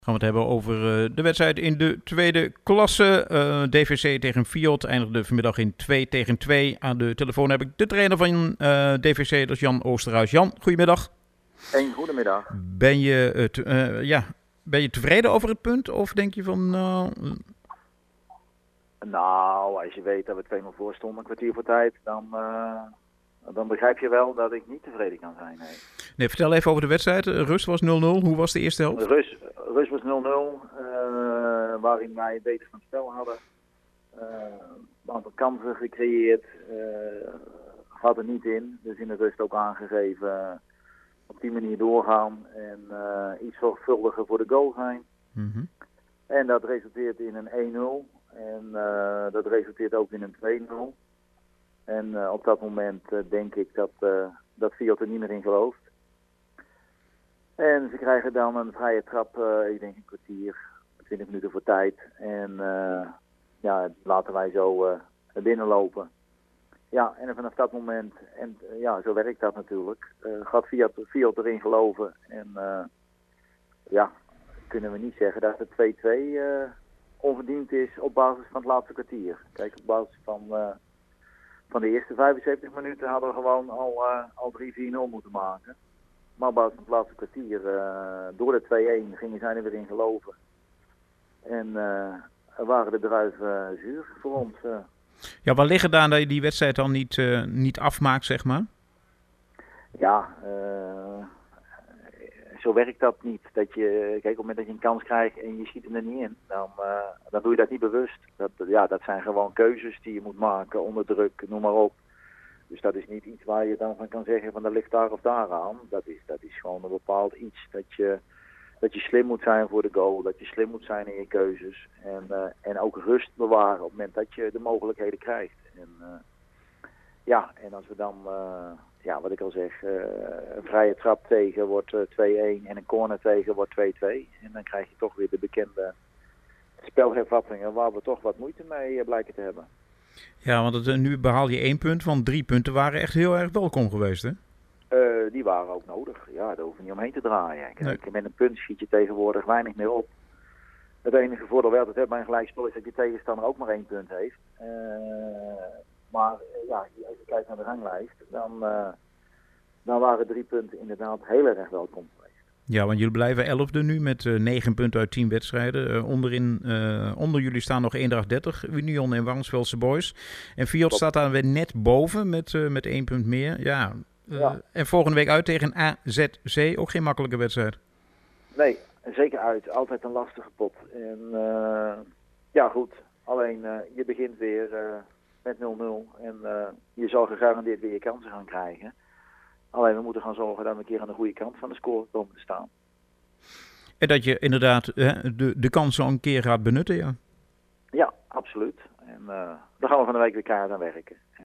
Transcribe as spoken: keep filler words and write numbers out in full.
Gaan we het hebben over uh, de wedstrijd in de tweede klasse. Uh, D V C tegen Fiat eindigde vanmiddag in twee tegen twee. Aan de telefoon heb ik de trainer van uh, D V C, dat is Jan Oosterhuis. Jan, goedemiddag. Een goedemiddag. Ben je, uh, te, uh, ja, ben je tevreden over het punt of denk je van... Uh... Nou, als je weet dat we twee nul voor stonden, een kwartier voor tijd, dan, uh, dan begrijp je wel dat ik niet tevreden kan zijn. Nee, nee vertel even over de wedstrijd. Rust was nul nul. Hoe was de eerste helft? Rust, rust was nul nul, uh, waarin wij beter van het spel hadden. Uh, een aantal kansen gecreëerd, uh, had er niet in. Dus in de rust ook aangegeven uh, op die manier doorgaan en uh, iets zorgvuldiger voor de goal zijn. Mm-hmm. En dat resulteert in een één nul. En uh, dat resulteert ook in een twee nul. En uh, op dat moment uh, denk ik dat, uh, dat Fiat er niet meer in gelooft. En ze krijgen dan een vrije trap, uh, ik denk een kwartier, twintig minuten voor tijd. En uh, ja, laten wij zo uh, binnenlopen. Ja, en vanaf dat moment, en uh, ja, zo werkt dat natuurlijk, uh, gaat Fiat, Fiat erin geloven. En uh, ja, kunnen we niet zeggen dat het twee twee... Uh, onverdiend is op basis van het laatste kwartier. Kijk, op basis van, uh, van de eerste vijfenzeventig minuten hadden we gewoon al, uh, al drie vier nul moeten maken. Maar op basis van het laatste kwartier, uh, door de twee één, gingen zij er weer in geloven. En uh, waren de druiven uh, zuur voor ons. Uh. Ja, waar liggen daar dat je die wedstrijd dan niet, uh, niet afmaakt, zeg maar? Ja, uh, zo werkt dat niet. Dat je, kijk, op het moment dat je een kans krijgt en je schiet hem er niet in, dan, uh, dan doe je dat niet bewust. Dat, ja, dat zijn gewoon keuzes die je moet maken, onder druk, noem maar op. Dus dat is niet iets waar je dan van kan zeggen van dat ligt daar of daar aan. Dat is, dat is gewoon een bepaald iets. Dat je, dat je slim moet zijn voor de goal, dat je slim moet zijn in je keuzes. En, uh, en ook rust bewaren op het moment dat je de mogelijkheden krijgt. En, uh, ja, en als we dan... Uh, Ja, wat ik al zeg, uh, een vrije trap tegen wordt uh, twee één en een corner tegen wordt twee twee. En dan krijg je toch weer de bekende spelhervattingen waar we toch wat moeite mee uh, blijken te hebben. Ja, want het, nu behaal je één punt, want drie punten waren echt heel erg welkom geweest, hè? Uh, die waren ook nodig. Ja, daar hoef je niet omheen te draaien. Kijk, nee. Met een punt schiet je tegenwoordig weinig meer op. Het enige voordeel wel dat het bij een gelijkspel is dat je tegenstander ook maar één punt heeft. Uh, Maar ja, als je kijkt naar de ranglijst, dan, uh, dan waren drie punten inderdaad heel erg welkom geweest. Ja, want jullie blijven elfde nu met uh, negen punten uit tien wedstrijden. Uh, onderin, uh, onder jullie staan nog Eendracht dertig, Union en Warnsvelse Boys. En Fiat Top. Staat daar weer net boven met, uh, met één punt meer. Ja, uh, ja. En volgende week uit tegen A Z C, ook geen makkelijke wedstrijd. Nee, zeker uit. Altijd een lastige pot. En uh, ja goed, alleen uh, je begint weer... Uh, met nul nul. En uh, je zal gegarandeerd weer je kansen gaan krijgen. Alleen we moeten gaan zorgen dat we een keer aan de goede kant van de score komen te staan. En dat je inderdaad hè, de, de kansen een keer gaat benutten, ja? Ja, absoluut. En uh, daar gaan we van de week weer keihard aan werken.